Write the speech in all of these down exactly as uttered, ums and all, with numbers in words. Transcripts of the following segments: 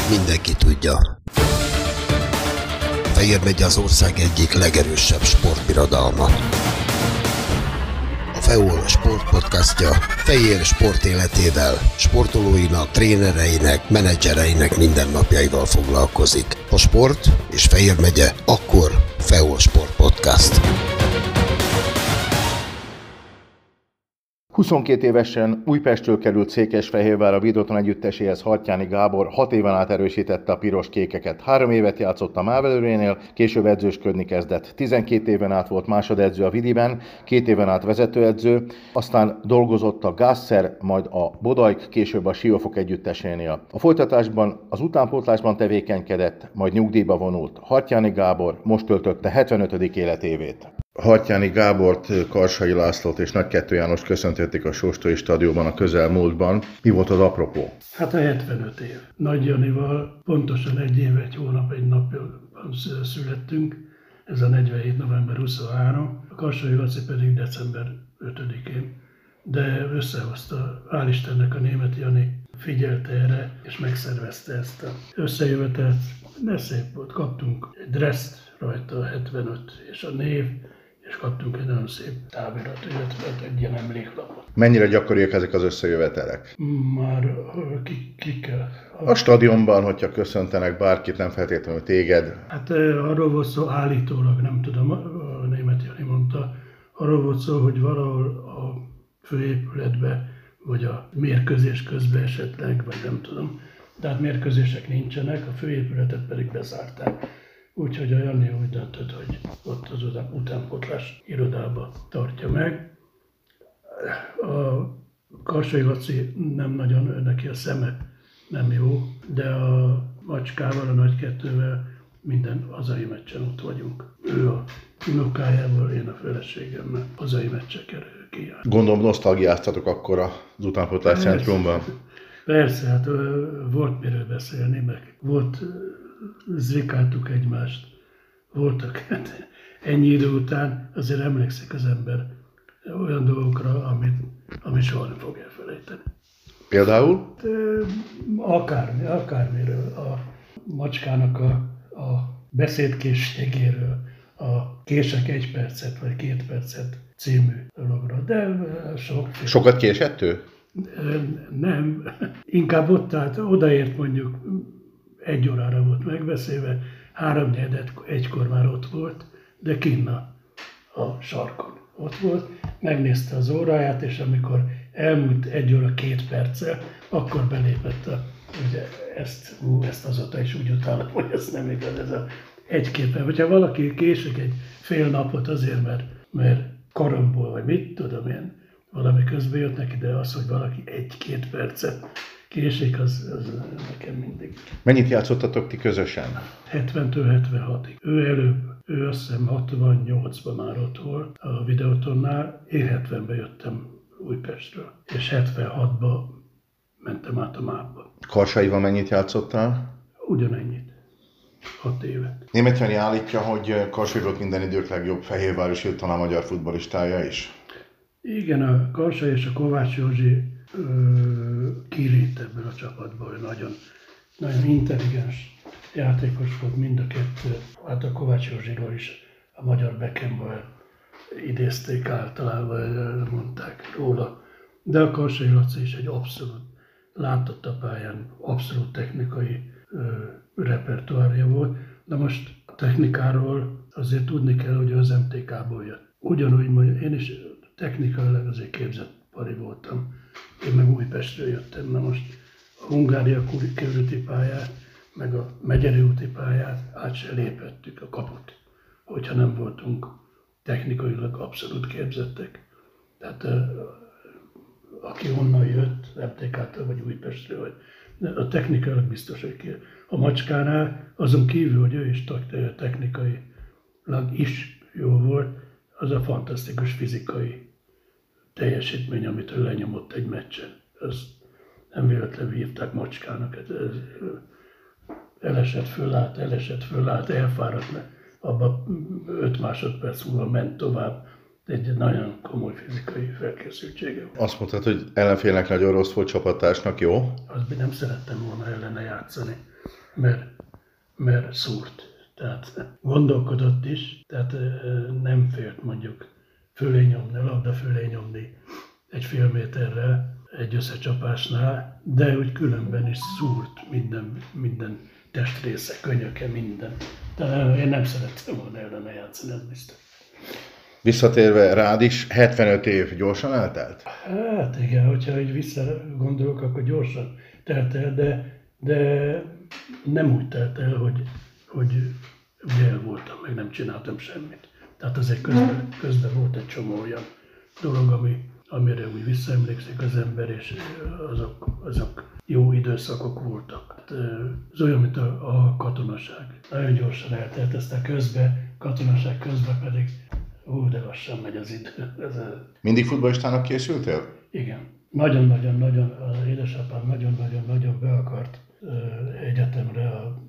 mindenki tudja. Fejér megye az ország egyik legerősebb sportbirodalma. A Feol Sport podcastja Fejér sport életével, sportolóinak, trénereinek, menedzsereinek mindennapjaival foglalkozik. Ha sport és Fejér megye, akkor Feol Sport Podcast. huszonkét évesen Újpestről került Székesfehérvár Videoton együtteséhez Hartjányi Gábor hat éven át erősítette a piros-kékeket. Három évet játszott a Mávelőrénél, később edzősködni kezdett. tizenkét éven át volt másodedző a Vidiben, két éven át vezetőedző, aztán dolgozott a Gászer, majd a Bodajk, később a Siófok együttesénél. A folytatásban az utánpótlásban tevékenykedett, majd nyugdíjba vonult. Hartjányi Gábor most töltötte hetvenötödik életévét. Hartjányi Gábort, Karsai Lászlót és Nagykettő Jánost köszöntötték a Sóstói stadionban a közelmúltban. Mi volt az apropó? Hát a hetvenöt év. Nagy Janival pontosan egy év, egy hónap, egy napban születtünk. Ez a negyvenhét. november huszonhárom. A Karsai Laci pedig december ötödikén. De összehozta, hál' Istennek, a német Jani figyelte erre, és megszervezte ezt a összejövetelt. De szép volt, kaptunk egy dresszt rajta, a hetvenöt és a név, és kaptunk egy nagyon szép távirat, illetve egy ilyen emléklapot. Mennyire gyakoriak ezek az összejövetelek? Már ki, ki kell. A stadionban, hogyha köszöntenek bárkit, nem feltétlenül téged. Hát arról volt szó, állítólag, nem tudom, a német Jani mondta, arról volt szó, hogy valahol a főépületbe, vagy a mérkőzés közben esetleg, vagy nem tudom. De hát mérkőzések nincsenek, a főépületet pedig bezárták. Úgyhogy a Jani úgy döntött, hogy ott az utánpótlás irodába tartja meg. A Karsai Laci nem nagyon, neki a szeme nem jó, de a Macskával, a Nagykettővel minden hazai meccsen ott vagyunk. Ő a unokájával, én a feleségemmel hazai meccseken kijár. Gondolom nosztalgiáztatok akkor az utánpótlás centrumban. Persze, hát volt miről beszélni, meg volt, zrikáltuk egymást, voltak, hát ennyi idő után azért emlékszik az ember olyan dolgokra, amit, amit soha nem fog elfelejteni. Például? Hát, akármi, akármiről, a Macskának a, a beszédkészségéről, a Kések egy percet vagy két percet című dologra, de sok. Sokat késett ő? Nem, inkább ott, tehát odaért mondjuk egy órára volt megbeszélve, háromnegyedet egykor már ott volt, de kinn a, a sarkon ott volt, megnézte az óráját, és amikor elmúlt egy óra két perccel, akkor belépett a, ugye ezt, ú, ezt azóta is úgy utálom, hogy ez nem igaz, ez a egy-két perc. Hogyha valaki késik egy fél napot azért, mert, mert koromból, vagy mit tudom én, valami közben jött neki, de az, hogy valaki egy-két percet késik, az, az nekem mindig. Mennyit játszottatok ti közösen? hetventől hetvenhatig. Ő előbb, ő azt hiszem hatvannyolcban már ott volt a Videotonnál, én hetvenben jöttem Újpestről, és hetvenhatban mentem át a Mába. Karsaival mennyit játszottál? Ugyanennyit. Hat évet. Német Jani állítja, hogy Karsai volt minden idők legjobb fehérvári, sőt talán magyar futballistája is. Igen, a Karsai és a Kovács Józsi kirít ebből a csapatból, hogy nagyon, nagyon intelligens játékos volt mind a kettő. Hát a Kovács Józsiról is a magyar Beckenbauer idézték általában, mondták róla. De a Karsai Laci is egy abszolút látott a pályán, abszolút technikai ö, repertoárja volt. De most a technikáról azért tudni kell, hogy az em té ká-ból jött. Ugyanúgy mondjuk, én is technikailag azért képzett pari voltam. Én meg Újpestről jöttem. Na most a Hungária körúti pályát, meg a Megyeri úti pályát át se lépettük a kaput, hogyha nem voltunk technikailag abszolút képzettek. Tehát aki onnan jött, em té ká-től vagy Újpestről, vagy a technikailag biztos, hogy ki. A Macskánál azon kívül, hogy ő is technikailag is jó volt, az a fantasztikus fizikai teljesítmény, amit ő lenyomott egy meccsen. Ezt nem véletlenül hívták Macskának. Ez elesett, fölállt, elesett, fölállt, elfáradt, mert abban öt másodperc múlva ment tovább. Egy nagyon komoly fizikai felkészültsége. Azt mondtad, hogy ellenfélnek nagyon rossz volt, csapattársnak jó? Azt nem szerettem volna ellene játszani. mert, mert szúrt. Tehát gondolkodott is, tehát nem félt mondjuk fölé nyomni, labda fölé nyomni egy fél méterre egy összecsapásnál, de úgy különben is szúrt minden, minden testrésze, könyöke, minden. De én nem szerettem volna ellene játszani, ez biztos. Visszatérve rád is, hetvenöt év gyorsan eltelt? Hát igen, hogyha így visszagondolok, akkor gyorsan telt el, de, de nem úgy telt el, hogy, hogy ugye el voltam, meg nem csináltam semmit. Tehát azért közben, közben volt egy csomó olyan dolog, ami, amire úgy visszaemlékszik az ember, és azok, azok jó időszakok voltak. Hát, ez olyan, mint a, a katonaság. Nagyon gyorsan eltelt, aztán közben, katonaság közben pedig ó, de lassan megy az idő. Ez a... Mindig futballistának készültél? Igen. Nagyon-nagyon-nagyon, az édesapám nagyon-nagyon-nagyon be akart egyetemre, a,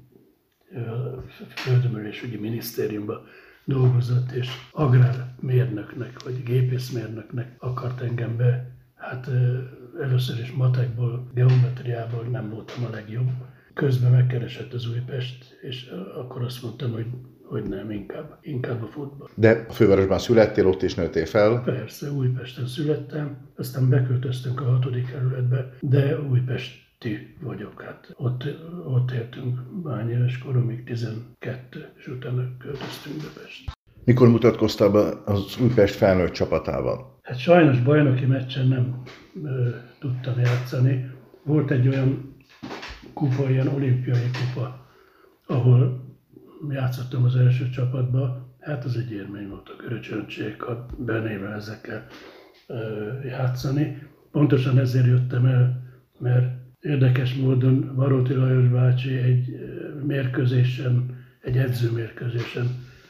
a Földművelésügyi Minisztériumban dolgozott, és agrármérnöknek, vagy gépészmérnöknek akart engem be. Hát először is matekból, geometriából nem voltam a legjobb. Közben megkeresett az Újpest, és akkor azt mondtam, hogy hogy nem, inkább, inkább a futball. De a fővárosban születtél, ott is nőttél fel? Persze, Újpesten születtem, aztán beköltöztünk a hatodik kerületbe, de újpesti vagyok. Hát ott, ott éltünk hány éves koromig, tizenkettő, és utána költöztünk be Pestre. Mikor mutatkoztál be az Újpest felnőtt csapatával? Hát sajnos bajnoki meccsen nem ö, tudtam játszani. Volt egy olyan kupa, ilyen olimpiai kupa, ahol játszottam az első csapatba, hát az egy élmény volt a Göröcsöntsék, a Benével ezekkel ö, játszani. Pontosan ezért jöttem el, mert érdekes módon Baróti Lajos bácsi egy mérkőzésen, egy edzőmérkőzésen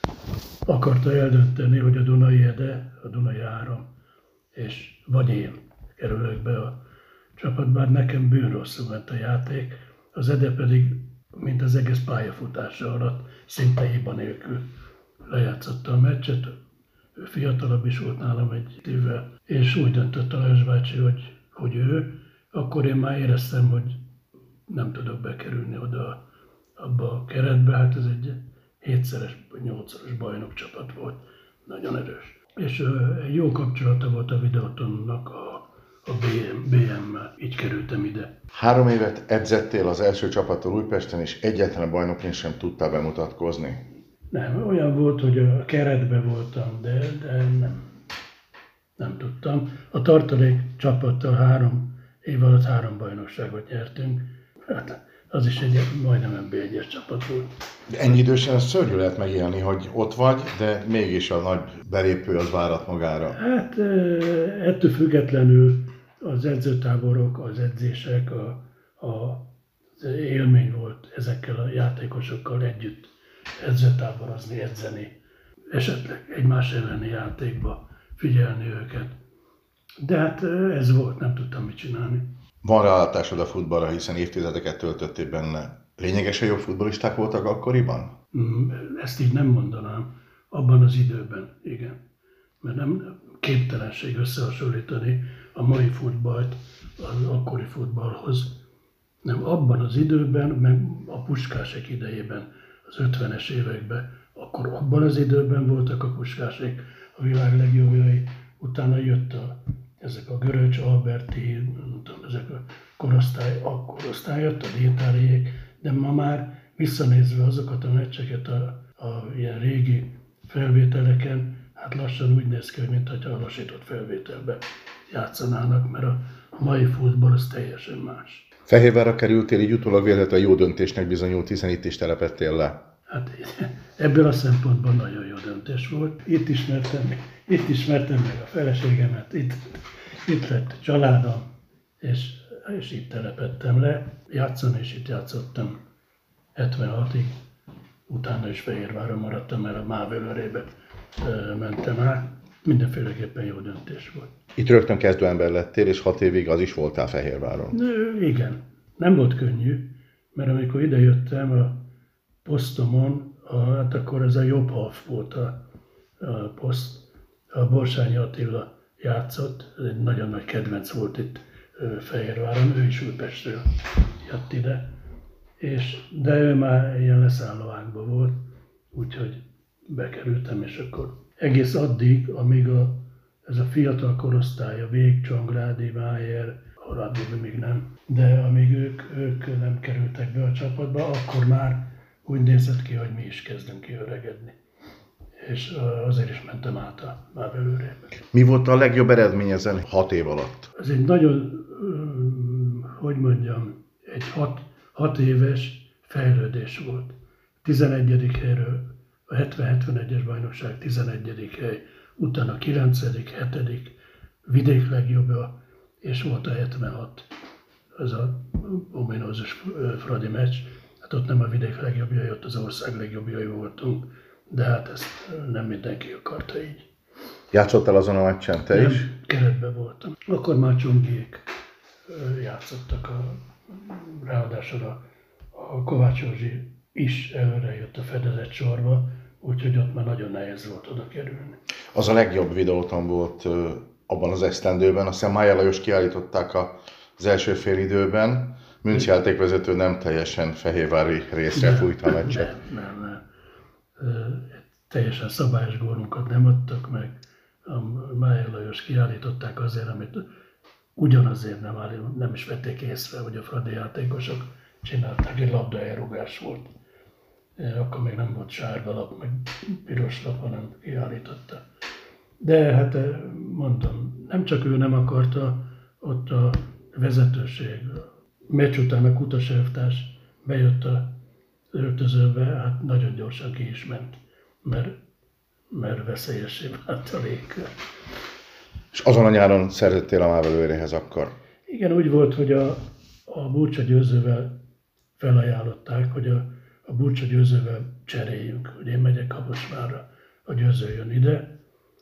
akarta eldönteni, hogy a Dunai Ede, a Dunai Áram, és vagy én kerülök be a csapatba, nekem bűnrosszul ment a játék, az Ede pedig, mint az egész pályafutása alatt, szinte hiba nélkül lejátszotta a meccset. Ő fiatalabb is volt nálam egy évvel, és úgy döntött a Lajos bácsi, hogy, hogy ő, akkor én már éreztem, hogy nem tudok bekerülni oda abba a keretbe, hát ez egy hétszeres, nyolcszoros bajnok csapat volt, nagyon erős. És egy jó kapcsolata volt a Videotonnak a, a bé em-mel, így kerültem ide. Három évet edzettél az első csapattól Újpesten, és egyetlen bajnokin sem tudtál bemutatkozni. Nem, olyan volt, hogy a keretben voltam, de, de nem, nem tudtam. A tartalék csapattal három év alatt három bajnokságot nyertünk. Hát az is egy majdnem en bé egyes csapat volt. De ennyi idősen az szörnyű lehet megélni, hogy ott vagy, de mégis a nagy belépő az várat magára. Hát ettől függetlenül az edzőtáborok, az edzések, a, a, az élmény volt ezekkel a játékosokkal együtt edzőtáborozni, edzeni, esetleg egymás elleni játékba figyelni őket. De hát ez volt, nem tudtam mit csinálni. Van rálátásod a futballra, hiszen évtizedeket töltöttél benne. Lényegesen jobb futballisták voltak akkoriban? Ezt így nem mondanám. Abban az időben, igen. Mert nem képtelenség összehasonlítani a mai futballt az akkori futballhoz. Nem, abban az időben, meg a Puskásek idejében, az ötvenes években, akkor abban az időben voltak a Puskásék a világ legjobbjai, utána jött a, ezek a Göröcs, Alberti, tudom, ezek a korosztály, a korosztály jött, a Détáriék, de ma már visszanézve azokat a meccseket a, a ilyen régi felvételeken, hát lassan úgy néz ki, hogy mintha a lassított felvételbe játszanának, mert a, a mai futball az teljesen más. Fehérvárra kerültél, így utólag véletlenül jó döntésnek bizonyult, hiszen itt is telepettél le. Hát ebből a szempontból nagyon jó döntés volt. Itt ismertem, itt ismertem meg a feleségemet, itt, itt lett családom, és, és itt telepettem le. Játszani is itt játszottam hetvenhatig, utána is Fehérváron maradtam, mert a Mávelőrébe mentem át. Mindenféleképpen jó döntés volt. Itt rögtön kezdőember lettél, és hat évig az is voltál Fehérváron. Igen, nem volt könnyű, mert amikor idejöttem a posztomon, a, hát akkor ez a jobb half volt a, a poszt. A Borsányi Attila játszott, ez egy nagyon nagy kedvenc volt itt Fehérváron, ő is Újpestről jött ide. és, de ő már ilyen leszálló ágban volt, úgyhogy bekerültem, és akkor egész addig, amíg a, ez a fiatal korosztály, a Vég, Csongrádi, Májer, Radnóbi még nem, de amíg ők, ők nem kerültek be a csapatba, akkor már úgy nézett ki, hogy mi is kezdünk kiöregedni. És azért is mentem át a Mávelőrébe. Mi volt a legjobb eredmény ezen hat év alatt? Ez egy nagyon, hogy mondjam, egy hat, hat éves fejlődés volt. tizenegyedik helyről a hetven hetvenegyes bajnokság tizenegyedik hely, utána kilencedik, hetedik vidék legjobbja, és volt a hetvenhat, ez a ominózus Fradi meccs. Hát ott nem a vidék legjobbjai, ott az ország legjobbjai voltunk, de hát ezt nem mindenki akarta így. Játszottál azon a meccsen, te nem, is? Keretben voltam. Akkor már Csongiék játszottak, a, ráadásul a, a Kovács Józsi is előre jött a fedezett sorba, úgyhogy ott már nagyon nehéz volt oda kerülni. Az a legjobb videóton volt abban az esztendőben, aztán Májer Lajos kiállították az első fél időben. Münch játékvezető nem teljesen fehérvári részre fújta a meccset. Nem, nem, nem. Teljesen szabályos gólunkat nem adtak meg. A Májer Lajos kiállították azért, amit ugyanazért nem, áll, nem is vették észre, hogy a Fradi játékosok csinálták, egy labda elrugás volt. Akkor még nem volt sárga lap, meg piros lap, hanem kiállította. De hát mondom, nem csak ő nem akarta, ott a vezetőség, a meccs után a kutaselvtárs bejött a öltözőbe, hát nagyon gyorsan ki is ment, mert, mert veszélyessé vált a légkör. És azon a nyáron szerzettél a Mávelőréhez akkor? Igen, úgy volt, hogy a, a Burcsa Győzővel felajánlották, hogy a, a Burcsa Győzővel cseréljünk, hogy én megyek Kaposvárra, a Győző jön ide,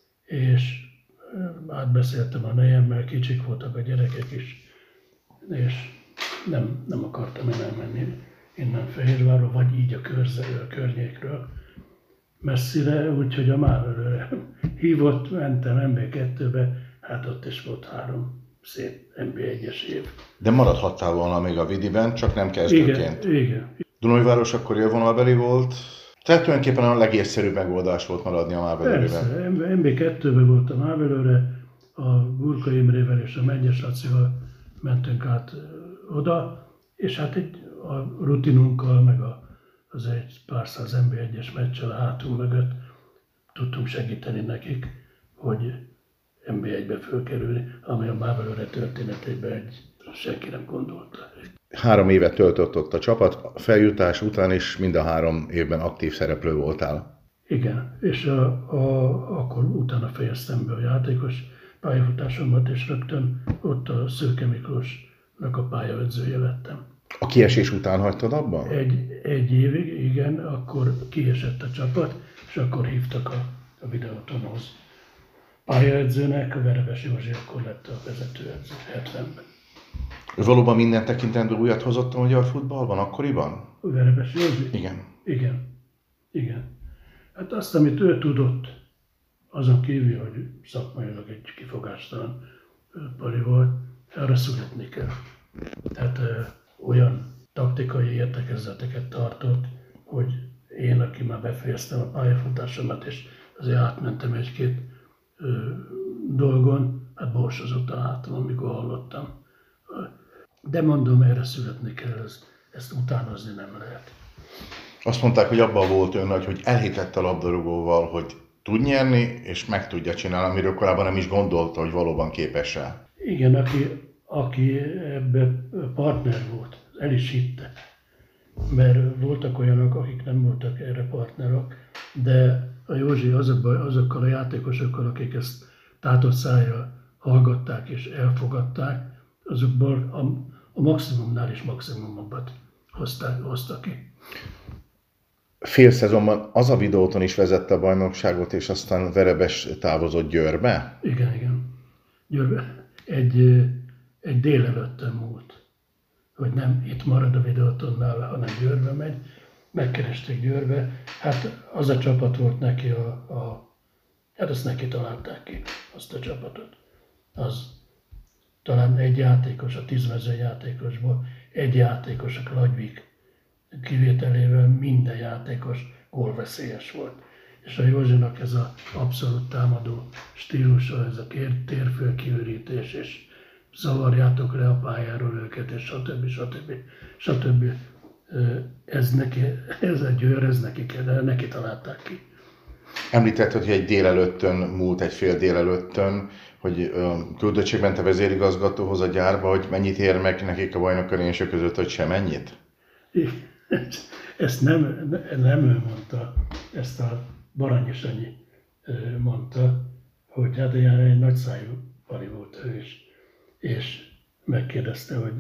és átbeszéltem a nejemmel, kicsik voltak a gyerekek is, és nem, nem akartam én elmenni innen Fehérvárról, vagy így a, körze, a környékről messzire, úgyhogy a Mávelőre hívott, mentem em bé kettőbe, hát ott is volt három szép em bé egyes év. De maradhattál volna még a Vidiben, csak nem kezdőként. Igen, igen. Dunajváros akkor élvonalbeli volt, tehát tulajdonképpen a legészszerűbb megoldás volt maradni a Mávelőrében. Persze, em bé kettőben volt a Mávelőre, a Burka Imrével és a Mennyes Lacival mentünk át oda, és hát egy a rutinunkkal, meg a, az egy pár száz em bé egyes meccsel a hátunk mögött tudtunk segíteni nekik, hogy em bé egybe fölkerülni, ami a Mávelőre történetében egy, senki nem gondolta. Három évet töltött ott a csapat, a feljutás után is mind a három évben aktív szereplő voltál. Igen, és a, a, akkor utána fejeztem be a játékos pályafutásomat, és rögtön ott a Szőke Miklósnak a pályaedzője lettem. A kiesés után hagytad abban? Egy, egy évig, igen, akkor kiesett a csapat, és akkor hívtak a, a Videótonhoz. Pályaedzőnek, a Verebes Józsi akkor lett a vezetőedző hetvenben. Valóban minden tekintetben újat hozott a magyar futballban akkoriban? A Verebes Józsi? Igen. Igen. Igen. Hát azt, amit ő tudott, azon kívül, hogy szakmailag egy kifogástalan pali volt, arra születni kell. Tehát ö, olyan taktikai értekezleteket tartott, hogy én, aki már befejeztem a pályafutásomat, és azért átmentem egy-két ö, dolgon, hát borsozott a hátam, amikor hallottam. De mondom, erre születni kell, ezt, ezt utánozni nem lehet. Azt mondták, hogy abban volt ön nagy, hogy elhitett a labdarúgóval, hogy tud nyerni, és meg tudja csinálni, amiről korábban nem is gondolta, hogy valóban képes rá. Igen, aki, aki ebben partner volt, el is hitte. Mert voltak olyanok, akik nem voltak erre partnerok, de a Józsi azokban, azokkal a játékosokkal, akik ezt tátott szájjal hallgatták és elfogadták, azokból a, a maximumnál is maximumabbat hozták, hoztak ki. Fél szezonban az a Videóton is vezette a bajnokságot, és aztán Verebes távozott Győrbe? Igen, igen. Győrbe. Egy, egy délelőttön múlt, hogy nem itt marad a Videótonnál, hanem Győrbe megy. Megkeresték Győrbe. Hát az a csapat volt neki a, a hát azt neki találták ki, azt a csapatot. Az talán egy játékos, a tíz mezőny játékosból, egy játékos, a Lagyvik kivételével minden játékos gólveszélyes volt. És a Józsinak ez az abszolút támadó stílusa, ez a térfölkiürítés, és zavarjátok le a pályáról őket, és stb. stb. stb. Ez, neki, ez a győr, ez neki, neki találták ki. Említetted, hogy egy délelőttön múlt, egy fél délelőttön, hogy küldöttségben te vezérigazgatóhoz a gyárba, hogy mennyit ér meg nekik a bajnokörényesek között, hogy sem mennyit? Ezt nem, nem ő mondta, ezt a Baranyi Sanyi mondta, hogy hát ilyen egy nagyszájú pali volt ő is, és megkérdezte, hogy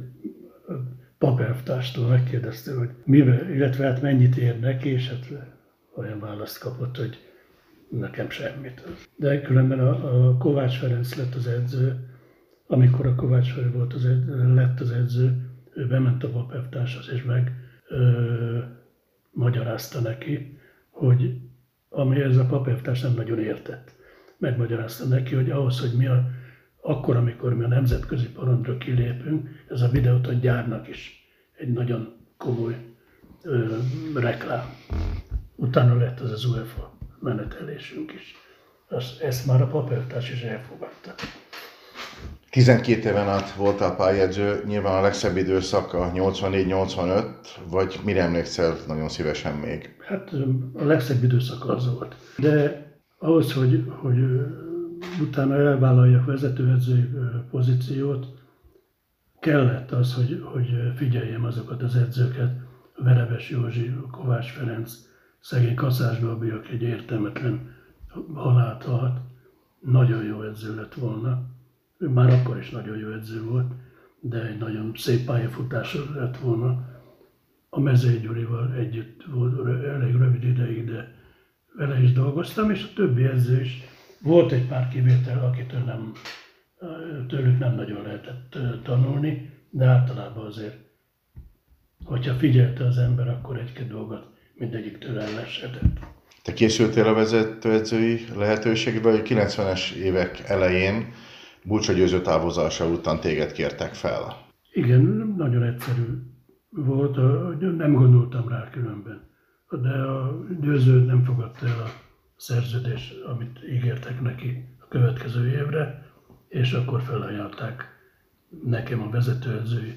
papelvtárstól megkérdezte, hogy mivel, illetve hát mennyit érnek, és hát olyan választ kapott, hogy nekem semmit. De különben a, a Kovács Ferenc lett az edző, amikor a Kovács Ferenc volt az edző, lett az edző, ő bement a papelvtárshoz, és meg ö, magyarázta neki, hogy ami ez a papelvtárs nem nagyon értett. Megmagyarázta neki, hogy ahhoz, hogy mi a, akkor, amikor mi a nemzetközi porondra kilépünk, ez a Videoton gyárnak is egy nagyon komoly ö, reklám. Utána lett az az u e f á menetelésünk is. Azt, ezt már a papelvtárs is elfogadta. tizenkét éven át voltál pályázó, nyilván a legszebb időszak a nyolcvannégy nyolcvanöt, vagy mire emlékszel nagyon szívesen még? Hát a legszebb időszak az volt. De ahhoz, hogy, hogy utána elvállaljak vezetőedzői pozíciót, kellett az, hogy, hogy figyeljem azokat az edzőket, Verebes Józsi, Kovács Ferenc, szegény Kaszás Gabi, aki egy értelmetlen halált halt, nagyon jó edző lett volna. Ő már akkor is nagyon jó edző volt, de egy nagyon szép pályafutása lett volna. A Mezei Gyurival együtt volt elég rövid ideig, de vele is dolgoztam, és a többi edző is. Volt egy pár kivétel, akitől nem, tőlük nem nagyon lehetett tanulni, de általában azért, hogyha figyelte az ember, akkor egy-két dolgot mindegyiktől elleshetett. Te készültél a vezetőedzői lehetőségbe, hogy kilencvenes évek elején Bulcsa Győző távozása után téged kértek fel. Igen, nagyon egyszerű volt, nem gondoltam rá különben. De a Győző nem fogadta el a szerződést, amit ígértek neki a következő évre, és akkor felajánlották nekem a vezetőedzői.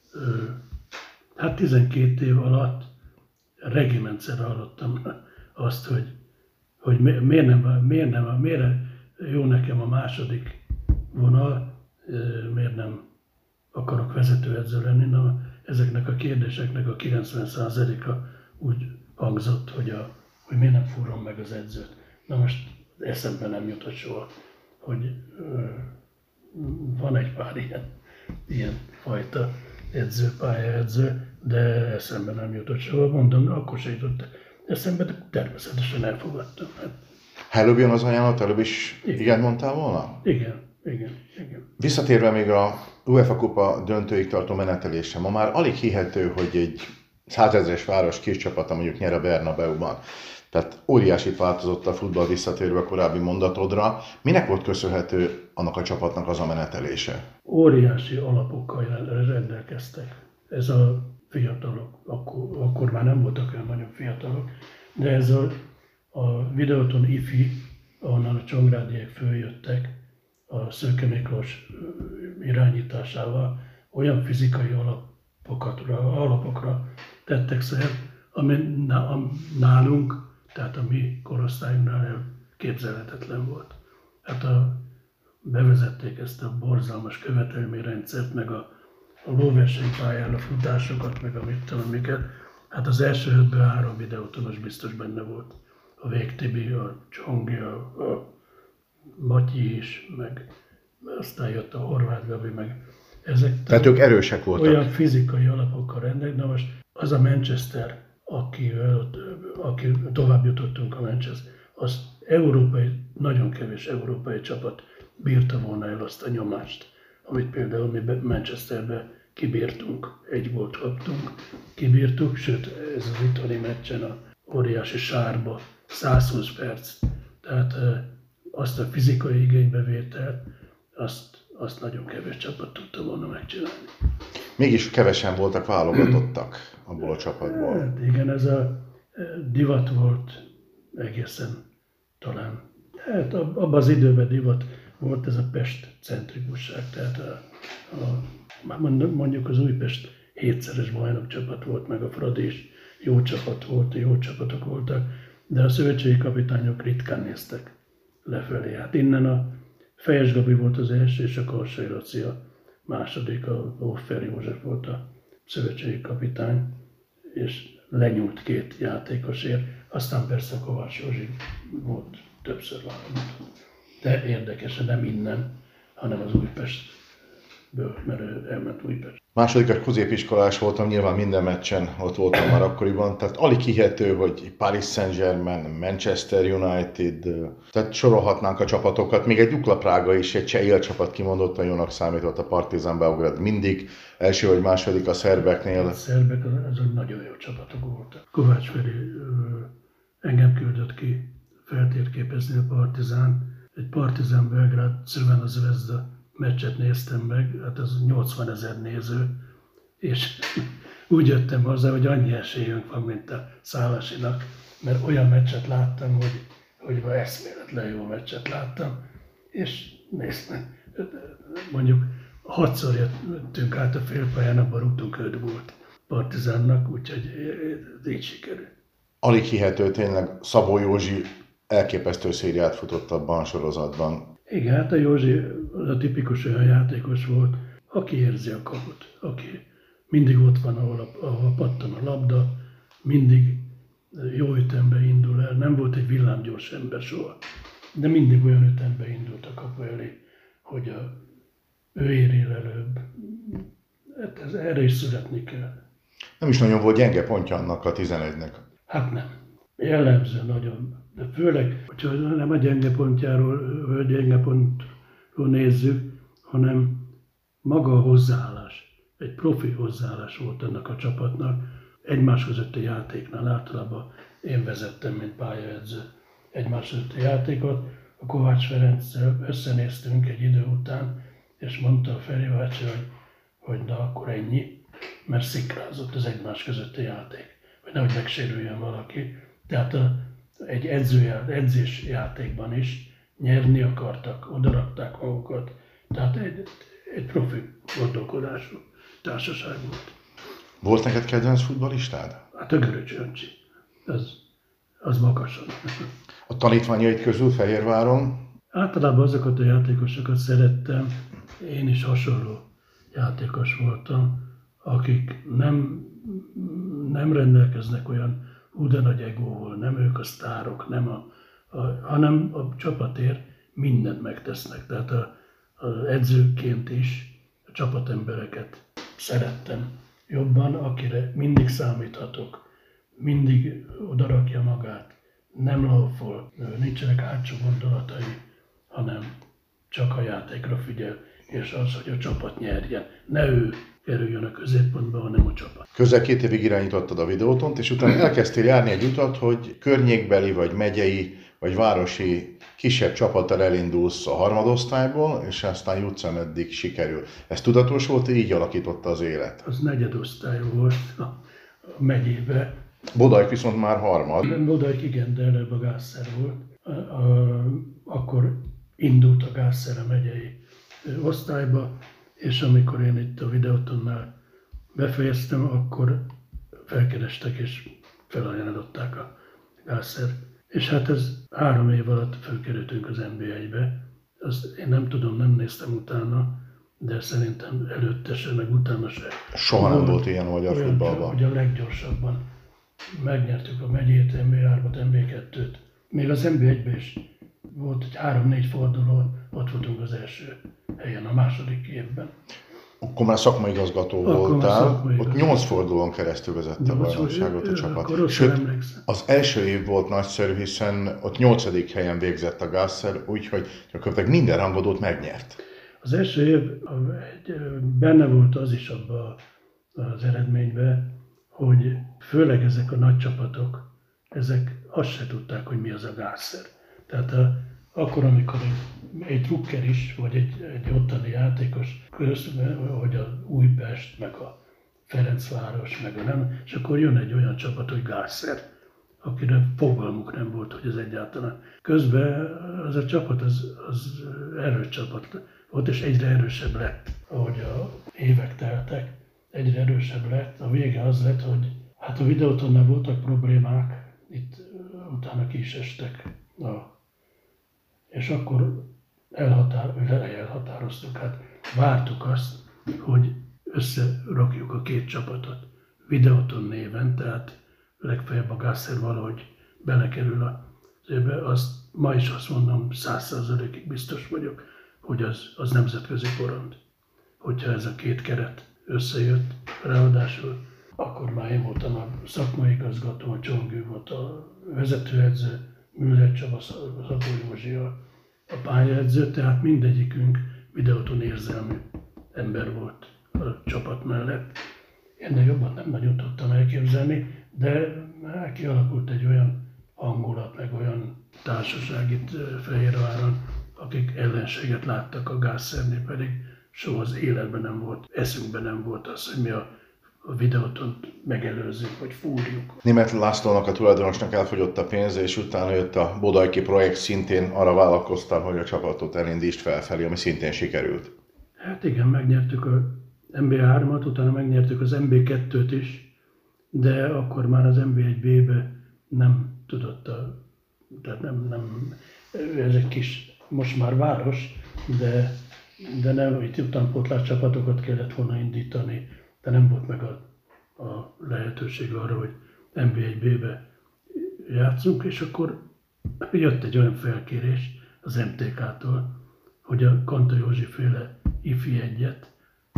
Hát tizenkét év alatt regimentszer hallottam azt, hogy, hogy miért nem, miért nem, miért jó nekem a második vonal, miért nem akarok vezetőedző lenni. Na, ezeknek a kérdéseknek a kilencven százaléka úgy hangzott, hogy, a, hogy miért nem fúrom meg az edzőt. Na most eszembe nem jutott soha, hogy ö, van egy pár ilyen, ilyen fajta edző, pályaedző, de eszembe nem jutott soha. Mondom, akkor se jutott eszembe, de természetesen elfogadtam. Ha előbb jön az ajánlat, előbb is igen, igen mondtál volna? Igen. Igen, igen. Visszatérve még a UEFA Kupa döntőig tartó menetelése, ma már alig hihető, hogy egy százezres város kis csapata mondjuk nyer a Bernabeuban. Tehát óriásit változott a futball, visszatérve a korábbi mondatodra. Minek volt köszönhető annak a csapatnak az a menetelése? Óriási alapokkal rendelkeztek. Ez a fiatalok, akkor, akkor már nem voltak olyan nagyon fiatalok, de ez a, a Videoton ifi, ahonnan a Csongrádiek följöttek, a Szőke Miklós irányításával olyan fizikai alapokra, alapokra tettek szert, ami nálunk, tehát a mi korosztályunknál elképzelhetetlen volt. Hát a, bevezették ezt a borzalmas követelményrendszert, meg a, a lóversenypályán a futásokat, meg a mit tudom miket. Hát az első ötből három videótonos biztos benne volt. A Vég Tibi, a Csongi, a, a Matyi is, meg aztán jött a Horváth Gabi, meg ezek. Tehát ők erősek voltak. Olyan fizikai alapokkal rendelkeznek. Na most az a Manchester, akivel, aki tovább jutottunk a Manchester, az európai, nagyon kevés európai csapat bírta volna el azt a nyomást, amit például mi Manchesterbe kibírtunk, egy gólt kaptunk, kibírtuk, sőt ez az itthoni meccsen a óriási sárba, százhúsz perc, tehát azt a fizikai igénybevételt, azt, azt nagyon kevés csapat tudta volna megcsinálni. Mégis kevesen voltak válogatottak abból a csapatból. Hát igen, ez a divat volt egészen talán. Hát abban az időben divat volt ez a Pest centrikusság, tehát a, a, mondjuk az Újpest hétszeres bajnok csapat volt, meg a Fradi is jó csapat volt, jó csapatok voltak, de a szövetségi kapitányok ritkán néztek lefelé. Hát innen a Fejes Gabi volt az első, és a Karsai Laci a második, a Hoffer József volt a szövetségi kapitány, és lenyúlt két játékosért, aztán persze Kovács Józsi volt többször válogatott. De érdekesen nem innen, hanem az Újpestből, mert ő elment Újpest. Másodikas középiskolás voltam, nyilván minden meccsen ott voltam már akkoriban, tehát alig hihető, hogy Paris Saint-Germain, Manchester United, tehát sorolhatnánk a csapatokat, még egy Dukla Prága is, egy cseh csapat kimondottan jónak számított, a Partizan Belgrád mindig, első vagy második a szerbeknél. A szerbek azok nagyon jó csapatok voltak. Kovács Feri engem küldött ki feltérképezni a Partizán. Egy Partizan Belgrád Crvena Zvezda meccset néztem meg, hát az nyolcvanezer néző, és úgy jöttem hozzá, hogy annyi esélyünk van, mint a Szálasinak, mert olyan meccset láttam, hogy, hogy eszméletlen jó meccset láttam, és néztem, mondjuk hatszor jöttünk át a félpályán, abban rúgtunk öt gólt Partizánnak, úgyhogy így sikerült. Alig hihető tényleg, Szabó Józsi elképesztő szériát futott abban a sorozatban. Igen, hát a Józsi a tipikus olyan játékos volt, aki érzi a kaput, aki mindig ott van, ahol, a, ahol pattan a labda, mindig jó ütembe indul el, nem volt egy villámgyors ember soha, de mindig olyan ütembe indult a kapu elé, hogy a, ő éri előbb. Hát ez, erre is születni kell. Nem is nagyon volt gyenge pontja annak a tizenegynek. Hát nem. Jellemző nagyon. De főleg, hogyha nem a gyenge pontjáról, vagy gyenge pontról nézzük, hanem maga a hozzáállás. Egy profi hozzáállás volt ennek a csapatnak. Egymás közötti játéknál általában én vezettem, mint pályaedző egymás közötti játékot. A Kovács Ferenccel összenéztünk egy idő után, és mondta a Feri bácsi, hogy, hogy na akkor ennyi, mert szikrázott az egymás közötti játék, hogy nehogy megsérüljön valaki. Tehát a, egy edzőját, edzés játékban is nyerni akartak, odarakták magukat. Tehát egy, egy profi gondolkodású társaság volt. Volt neked kedvenc futballistád? Hát a Göröcs Öncsi. Az, az magasan. A tanítványaid közül Fehérváron? Általában azokat a játékosokat szerettem. Én is hasonló játékos voltam, akik nem, nem rendelkeznek olyan hú de nagy egóval, nem ők a sztárok, nem a, a, hanem a csapatért mindent megtesznek. Tehát az edzőként is a csapatembereket szerettem jobban, akire mindig számíthatok, mindig odarakja magát, nem laufol, nincsenek hátsó gondolatai, hanem csak a játékra figyel, és az, hogy a csapat nyerjen. Ne ő kerüljön a középpontba, hanem a csapat. Közel két évig irányítottad a Videótont, és utána elkezdtél járni egy utat, hogy környékbeli, vagy megyei, vagy városi kisebb csapattal elindulsz a harmadosztályból, és aztán jutsz, ameddig sikerül. Ez tudatos volt, így alakította az élet? Az negyedosztály volt a, a megyébe. Bodajk viszont már harmad. Bodajk igen, de előbb a Gászer volt. A, a, akkor indult a Gászer a megyei osztályba, és amikor én itt a Videótonnál befejeztem, akkor felkerestek és felajánlották a Gászer. És hát ez három év alatt felkerültünk az en bé egybe. Azt én nem tudom, nem néztem utána, de szerintem előtte se, meg utána se. Soha nem volt ilyen a magyar futballban. Hogy a leggyorsabban megnyertük a megyét, en bé hármat, en bé kettőt. Még az en bé egyben is volt egy három-négy forduló, ott voltunk az első helyen a második évben. Akkor már szakmai igazgató Akkor voltál, szakmai ott igazgató. nyolc fordulón keresztül vezette a bajnokságot a csapat. Sőt, az első év volt nagyszerű, hiszen ott nyolcadik helyen végzett a Gászer, úgyhogy gyakorlatilag minden rangadót megnyert. Az első év benne volt az is abban az eredményben, hogy főleg ezek a nagy csapatok, ezek azt se tudták, hogy mi az a Gászer. Tehát a, akkor, amikor egy, egy drukker is, vagy egy, egy ottani játékos köz, hogy a Újpest, meg a Ferencváros, meg a nem, és akkor jön egy olyan csapat, hogy Gászer, akire fogalmuk nem volt, hogy ez egyáltalán. Közben az a csapat az, az erős csapat volt, és egyre erősebb lett, ahogy a évek teltek, egyre erősebb lett. A vége az lett, hogy hát a Videótonnál voltak problémák, itt utána ki is estek. Na. És akkor elhatár, elhatároztuk, hát vártuk azt, hogy összerakjuk a két csapatot Videóton néven, tehát legfeljebb a Gászer valahogy belekerül a zébe. Azt ma is azt mondom, száz százalékig biztos vagyok, hogy az, az nemzetközi porond. Hogyha ez a két keret összejött, ráadásul akkor már én voltam a szakmai igazgató, a Csongő volt a vezetőedző, Müller Csaba, Szabó Józsi a, a pályaedző, tehát mindegyikünk Videóton érzelmű ember volt a csapat mellett. Ennél jobban nem nagyon tudtam elképzelni, de kialakult egy olyan hangulat, meg olyan társaság itt Fehérváron, akik ellenséget láttak a Gászernél, pedig soha az életben nem volt, eszünkben nem volt az, hogy mi a, a Videótont megelőzzük, vagy fúrjuk. Németh Lászlónak, a tulajdonosnak elfogyott a pénze, és utána jött a Bodajki projekt, szintén arra vállalkoztam, hogy a csapatot elindítsd felfelé, ami szintén sikerült. Hát igen, megnyertük a em bé hármat, utána megnyertük az em bé kettőt is, de akkor már az em bé egy bé-be nem tudott, a, tehát nem, nem, ez egy kis, most már város, de, de nem, itt utánpótlás csapatokat kellett volna indítani, de nem volt meg a, a lehetőség arra, hogy em bé egy bé-be játszunk, és akkor jött egy olyan felkérés az em té ká-tól, hogy a Kanta Józsi féle ifi egyet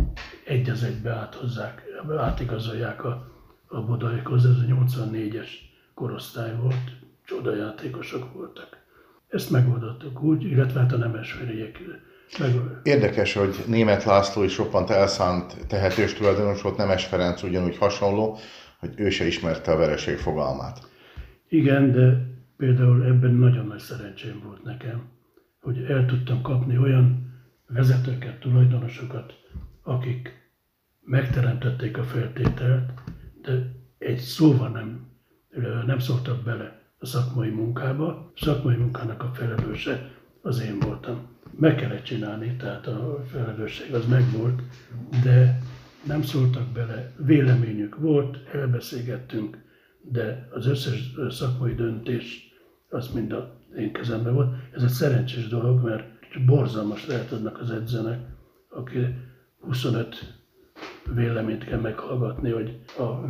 egy az egybe áthozzák, átigazolják a, a Bodajkhoz, ez a nyolcvannégyes korosztály volt, csodajátékosok voltak. Ezt megoldottuk úgy, illetve hát a nemesferiek. Meg... Érdekes, hogy Németh László is roppant elszánt, tehetős tulajdonos volt, Nemes Ferenc ugyanúgy hasonló, hogy ő se ismerte a vereség fogalmát. Igen, de például ebben nagyon nagy szerencsém volt nekem, hogy el tudtam kapni olyan vezetőket, tulajdonosokat, akik megteremtették a feltételt, de egy szóval nem, nem szóltak bele a szakmai munkába. A szakmai munkának a felelőse az én voltam. Meg kellett csinálni, tehát a felelősség az megvolt, de nem szóltak bele, véleményük volt, elbeszélgettünk, de az összes szakmai döntés az mind az én kezemben volt. Ez egy szerencsés dolog, mert borzalmas lehet annak az edzőnek, aki huszonöt véleményt kell meghallgatni, hogy a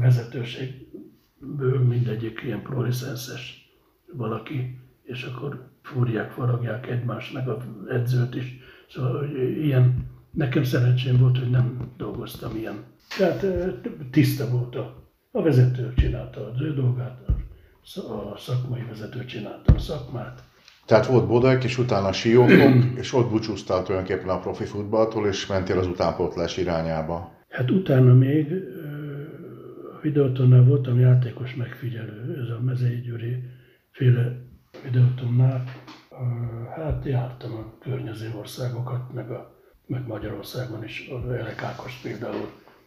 vezetőségből mindegyik ilyen prolicenszes valaki, és akkor fúrják, faragják egymást, meg az edzőt is. Szóval ilyen, nekem szerencsém volt, hogy nem dolgoztam ilyen. Tehát tiszta volt a, a vezető csinálta az ő dolgát, a szakmai vezető csinálta a szakmát. Tehát volt Bodajk, és utána Siófok, és ott búcsúztál tulajdonképpen a profi futballtól, és mentél az utánpótlás irányába. Hát utána még a Videótonnál voltam játékos megfigyelő, ez a Mezeigyőri féle Videótonnál. Hát jártam a környező országokat, meg, a, meg Magyarországon is, a Elek Ákos például.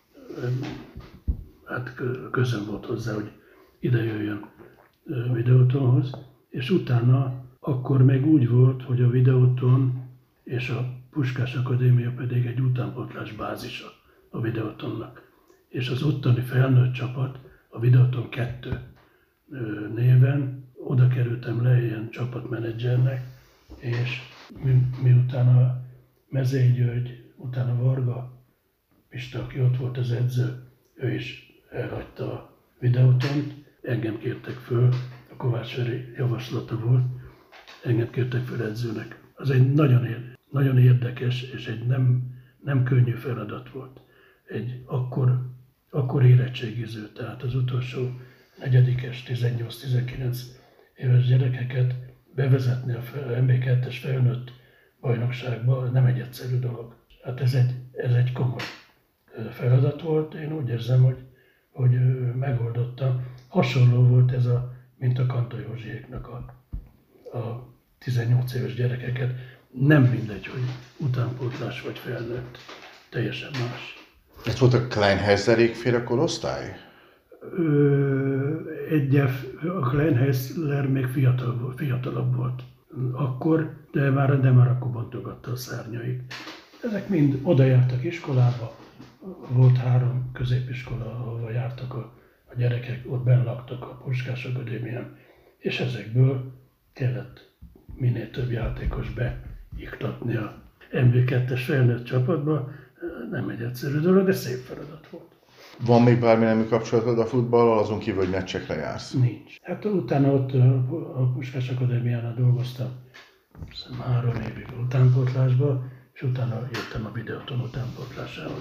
Hát közön volt hozzá, hogy ide jöjjön Videótonhoz, és utána akkor még úgy volt, hogy a Videóton és a Puskás Akadémia pedig egy utánpótlás bázisa a Videótonnak. És az ottani felnőtt csapat, a Videóton kettő néven, oda kerültem le ilyen csapatmenedzsernek, és mi, miután a Mezei György, utána Varga Pista, aki ott volt az edző, ő is elhagyta a Videótont, engem kértek föl, a Kovácsferi javaslata volt, engem kértek föl edzőnek. Az egy nagyon, nagyon érdekes és egy nem, nem könnyű feladat volt. Egy akkor, akkor érettségiző, tehát az utolsó negyedikes, tizennyolc-tizenkilenc éves gyerekeket bevezetni a em bé kettes felnőtt bajnokságba nem egy egyszerű dolog. Hát ez egy, ez egy komoly feladat volt, én úgy érzem, hogy, hogy megoldottam. Hasonló volt ez, a, mint a Kanta Józsiéknak a, a tizennyolc éves gyerekeket, nem mindegy, hogy utánpótlás vagy felnőtt, teljesen más. Ez volt a Kleinheiserék-féle korosztály? Egyel, a Kleinheiser még fiatal volt, fiatalabb volt akkor, de már, de már akkor bontogatta a szárnyait. Ezek mind oda jártak iskolába, volt három középiskola, ahova jártak a, a gyerekek, ott benn laktak a Puskás Akadémián, és ezekből kellett minél több játékos beiktatni a em vé kettes felnőtt csapatba. Nem egy egyszerű dolog, de szép feladat volt. Van még bármi nemű kapcsolatod a futballal, azon kívül, hogy meccsekre jársz? Nincs. Hát utána ott a Puskás Akadémiánál dolgoztam, hiszem három évig utánpótlásban, és utána jöttem a Videoton utánpótlásához.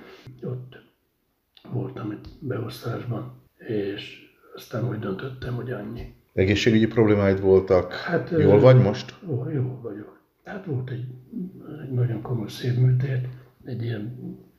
Ott voltam itt beosztásban, és aztán úgy döntöttem, hogy annyi. Egészségügyi problémáid voltak? Hát, jól vagy most? Jó, jó vagyok. Hát volt egy, egy nagyon komoly szívműtét, egy ilyen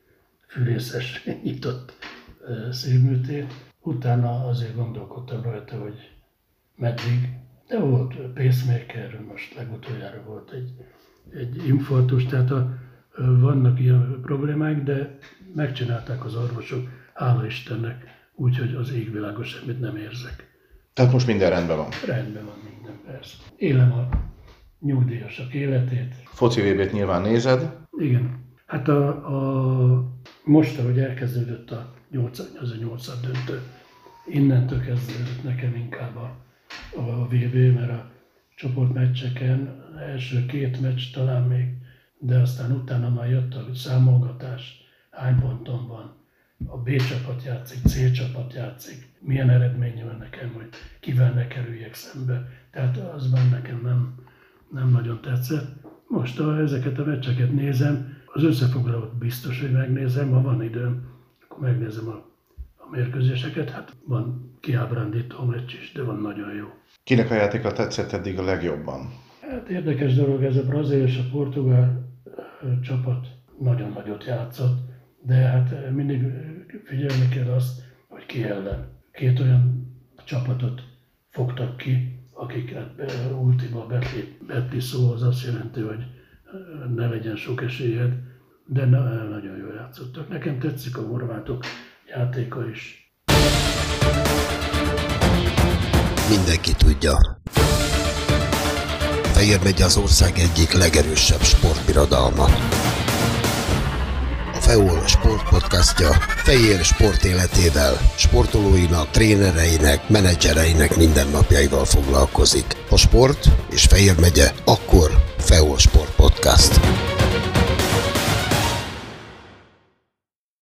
fülészes nyitott szívműtét. Utána azért gondolkodtam rajta, hogy meddig. De volt pacemaker, most legutoljára volt egy, egy infarktus, tehát a, vannak ilyen problémák, de megcsinálták az orvosok, hála Istennek, úgyhogy az égvilágon semmit nem érzek. Tehát most minden rendben van? Rendben van minden, persze. Élem a nyugdíjasok életét. Foci vé bét nyilván nézed? Igen. Hát a, a, most, ahogy elkezdődött a nyolcad, az a nyolcad döntő, innentől kezdődött nekem inkább a, a vé bé, mert a csoportmeccseken első két meccs talán még, de aztán utána már jött a számolgatás, hány ponton van, a B csapat játszik, C csapat játszik, milyen eredménye van nekem, hogy kivel ne kerüljek szembe. Tehát az már nekem nem, nem nagyon tetszett. Most, ha ezeket a meccseket nézem, az összefoglalót biztos, hogy megnézem, ha van időm, akkor megnézem a, a mérkőzéseket. Hát van kiábrándító meccs is, de van nagyon jó. Kinek a játéka tetszett eddig a legjobban? Hát érdekes dolog, ez a brazil és a portugál csapat nagyon nagyot játszott, de hát mindig figyelni kell azt, hogy ki ellen. Két olyan csapatot fogtak ki, akiket ultima betli, betli szó, az azt jelenti, hogy ne legyen sok esélyed, de nagyon jól játszottak. Nekem tetszik a horvátok játéka is. Mindenki tudja. Fejér megye az ország egyik legerősebb sportbirodalma. A Feol Sport podcastja Fejér sport életével, sportolóinak, trénereinek, menedzsereinek mindennapjaival foglalkozik. Ha sport és Fejér megye, akkor Feol Sport Podcast.